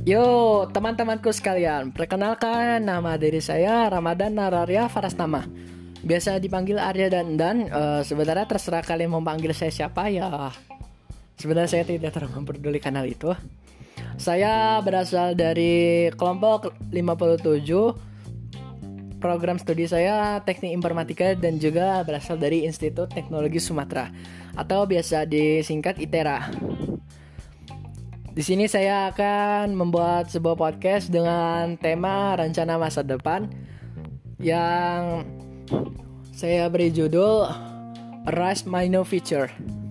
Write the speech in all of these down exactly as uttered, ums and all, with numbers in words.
Yo, teman-temanku sekalian, perkenalkan nama diri saya Ramadan Nararia Farastama. Biasa dipanggil Arya dan Dan. Uh, sebenarnya terserah kalian mau panggil saya siapa ya. Sebenarnya saya tidak terlalu memperdulikan hal itu. Saya berasal dari kelompok lima puluh tujuh. Program studi saya Teknik Informatika dan juga berasal dari Institut Teknologi Sumatera atau biasa disingkat ITERA. Di sini saya akan membuat sebuah podcast dengan tema rencana masa depan yang saya beri judul Arise My New Future.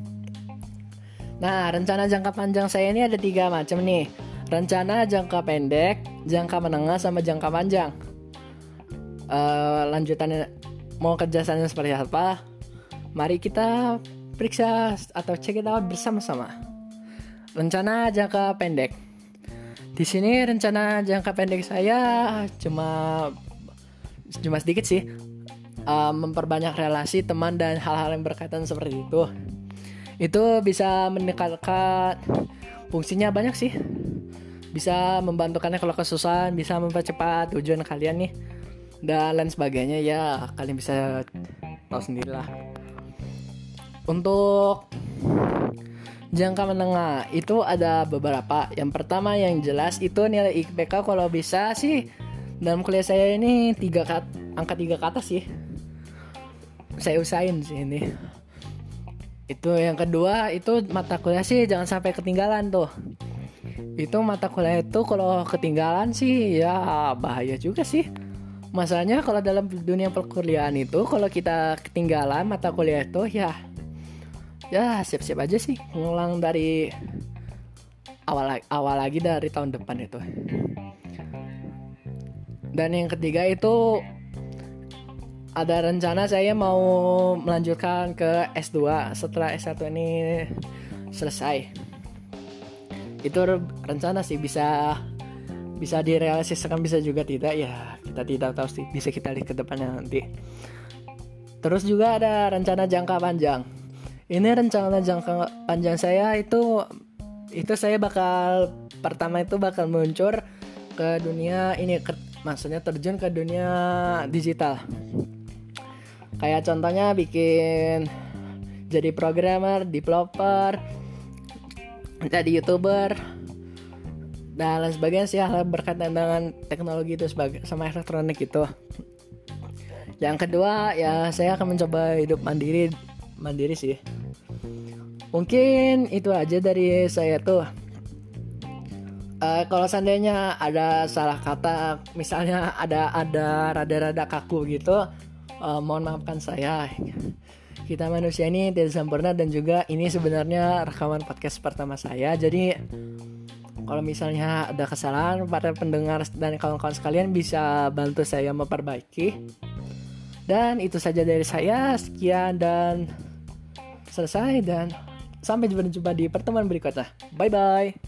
Nah, rencana jangka panjang saya ini ada tiga macam nih. Rencana jangka pendek, jangka menengah, sama jangka panjang. Uh, lanjutannya mau kejelasannya seperti apa? Mari kita periksa atau check it out bersama-sama. Rencana jangka pendek. Di sini rencana jangka pendek saya cuma cuma sedikit sih. Uh, memperbanyak relasi teman dan hal-hal yang berkaitan seperti itu. Itu bisa meningkatkan fungsinya banyak sih. Bisa membantu kalian kalau kesusahan, bisa mempercepat tujuan kalian nih. Dan lain sebagainya ya, kalian bisa tahu sendirilah. Untuk jangka menengah itu ada beberapa. Yang pertama yang jelas itu nilai I P K kalau bisa sih dalam kuliah saya ini tiga kat, angka tiga ke atas sih. Saya usahain sih ini. Itu yang kedua itu mata kuliah sih jangan sampai ketinggalan tuh. Itu mata kuliah itu kalau ketinggalan sih ya bahaya juga sih. Masalahnya kalau dalam dunia perkuliahan itu kalau kita ketinggalan mata kuliah itu ya ya siap-siap aja sih ngulang dari awal awal lagi dari tahun depan itu. Dan yang ketiga itu ada rencana saya mau melanjutkan ke S dua setelah S satu ini selesai. Itu rencana sih bisa bisa direalisasikan, bisa juga tidak ya, kita tidak tahu sih, bisa kita lihat ke depannya nanti. Terus juga ada rencana jangka panjang. Ini rencana jangka panjang saya itu itu saya bakal pertama itu bakal meluncur ke dunia ini ke, maksudnya terjun ke dunia digital. Kayak contohnya bikin jadi programmer, developer, jadi YouTuber dan lain sebagainya sih, hal berkaitan dengan teknologi itu sebagai sama elektronik itu. Yang kedua ya saya akan mencoba hidup mandiri mandiri sih. Mungkin itu aja dari saya tuh. Uh, kalau seandainya ada salah kata, misalnya ada ada rada-rada kaku gitu, uh, mohon maafkan saya. Kita manusia ini tidak sempurna dan juga ini sebenarnya rekaman podcast pertama saya. Jadi kalau misalnya ada kesalahan, para pendengar dan kawan-kawan sekalian bisa bantu saya memperbaiki. Dan itu saja dari saya. Sekian dan selesai dan sampai berjumpa di pertemuan berikutnya. Bye bye.